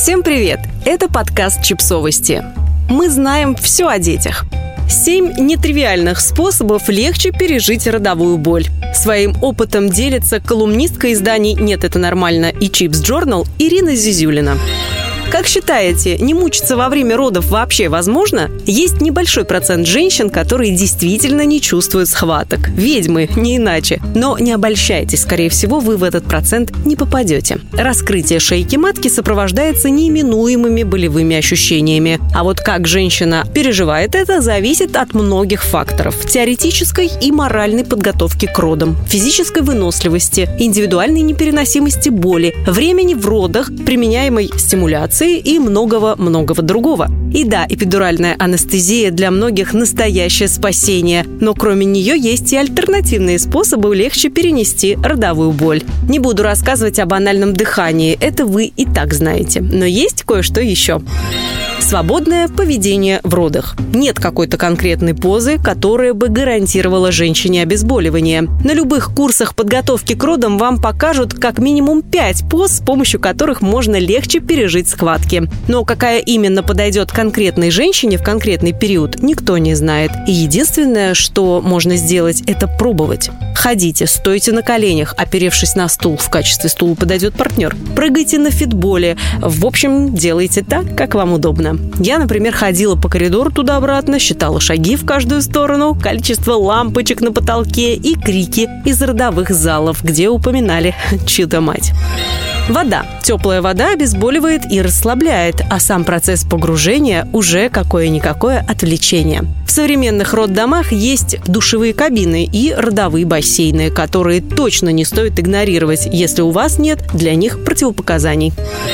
Всем привет! Это подкаст «Чипсовости». Мы знаем все о детях. 7 нетривиальных способов легче пережить родовую боль. Своим опытом делится колумнистка изданий «Нет, это нормально» и «Чипс Journal» Ирина Зизюлина. Как считаете, не мучиться во время родов вообще возможно? Есть небольшой процент женщин, которые действительно не чувствуют схваток. Ведьмы, не иначе. Но не обольщайтесь, скорее всего, вы в этот процент не попадете. Раскрытие шейки матки сопровождается неименуемыми болевыми ощущениями. А вот как женщина переживает это, зависит от многих факторов. Теоретической и моральной подготовки к родам, физической выносливости, индивидуальной непереносимости боли, времени в родах, применяемой стимуляции и многого-многого другого. И да, эпидуральная анестезия для многих настоящее спасение, но кроме нее есть и альтернативные способы легче перенести родовую боль. Не буду рассказывать об анальном дыхании, это вы и так знаете, но есть кое-что еще. Свободное поведение в родах. Нет какой-то конкретной позы, которая бы гарантировала женщине обезболивание. На любых курсах подготовки к родам вам покажут как минимум 5 поз, с помощью которых можно легче пережить схватки. Но какая именно подойдет конкретной женщине в конкретный период, никто не знает. И единственное, что можно сделать, это пробовать. Ходите, стойте на коленях, оперевшись на стул. В качестве стула подойдет партнер. Прыгайте на фитболе. В общем, делайте так, как вам удобно. Я, например, ходила по коридору туда-обратно, считала шаги в каждую сторону, количество лампочек на потолке и крики из родовых залов, где упоминали чью-то мать. Вода. Теплая вода обезболивает и расслабляет, а сам процесс погружения уже какое-никакое отвлечение. В современных роддомах есть душевые кабины и родовые бассейны, которые точно не стоит игнорировать, если у вас нет для них противопоказаний.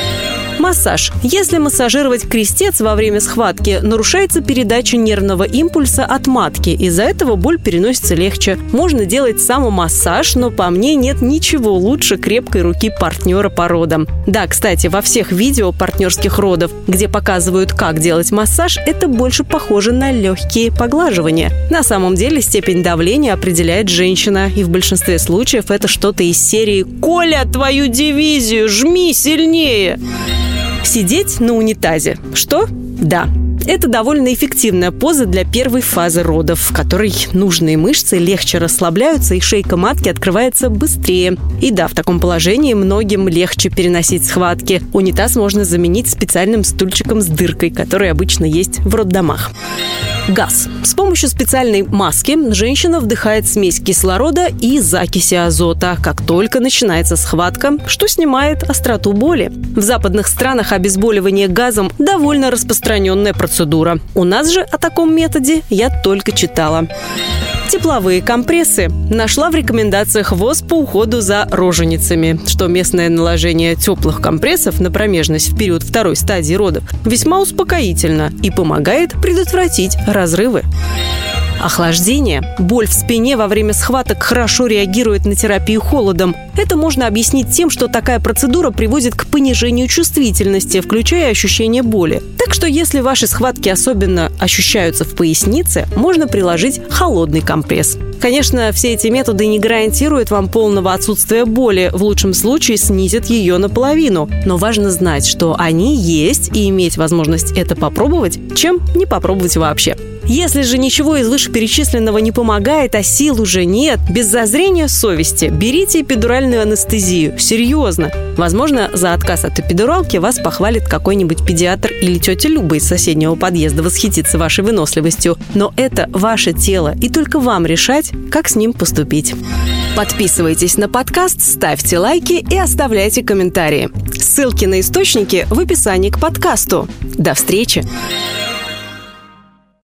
Массаж. Если массажировать крестец во время схватки, нарушается передача нервного импульса от матки. Из-за этого боль переносится легче. Можно делать самомассаж, но по мне нет ничего лучше крепкой руки партнера по родам. Да, кстати, во всех видео партнерских родов, где показывают, как делать массаж, это больше похоже на легкие поглаживания. На самом деле степень давления определяет женщина, и в большинстве случаев это что-то из серии «Коля, твою дивизию, жми сильнее!» Сидеть на унитазе. Что? Да. Это довольно эффективная поза для первой фазы родов, в которой нужные мышцы легче расслабляются и шейка матки открывается быстрее. И да, в таком положении многим легче переносить схватки. Унитаз можно заменить специальным стульчиком с дыркой, который обычно есть в роддомах. Газ. С помощью специальной маски женщина вдыхает смесь кислорода и закиси азота, как только начинается схватка, что снимает остроту боли. В западных странах обезболивание газом довольно распространенная процедура. У нас же о таком методе я только читала. Тепловые компрессы. Нашла в рекомендациях ВОЗ по уходу за роженицами, что местное наложение теплых компрессов на промежность в период второй стадии родов весьма успокоительно и помогает предотвратить разрывы. Охлаждение. Боль в спине во время схваток хорошо реагирует на терапию холодом. Это можно объяснить тем, что такая процедура приводит к понижению чувствительности, включая ощущение боли. Так что если ваши схватки особенно ощущаются в пояснице, можно приложить холодный компресс. Конечно, все эти методы не гарантируют вам полного отсутствия боли, в лучшем случае снизят ее наполовину. Но важно знать, что они есть, и иметь возможность это попробовать, чем не попробовать вообще. Если же ничего из вышеперечисленного не помогает, а сил уже нет, без зазрения совести берите эпидуральную анестезию. Серьезно. Возможно, за отказ от эпидуралки вас похвалит какой-нибудь педиатр или тетя Люба из соседнего подъезда, восхитится вашей выносливостью. Но это ваше тело, и только вам решать, как с ним поступить. Подписывайтесь на подкаст, ставьте лайки и оставляйте комментарии. Ссылки на источники в описании к подкасту. До встречи!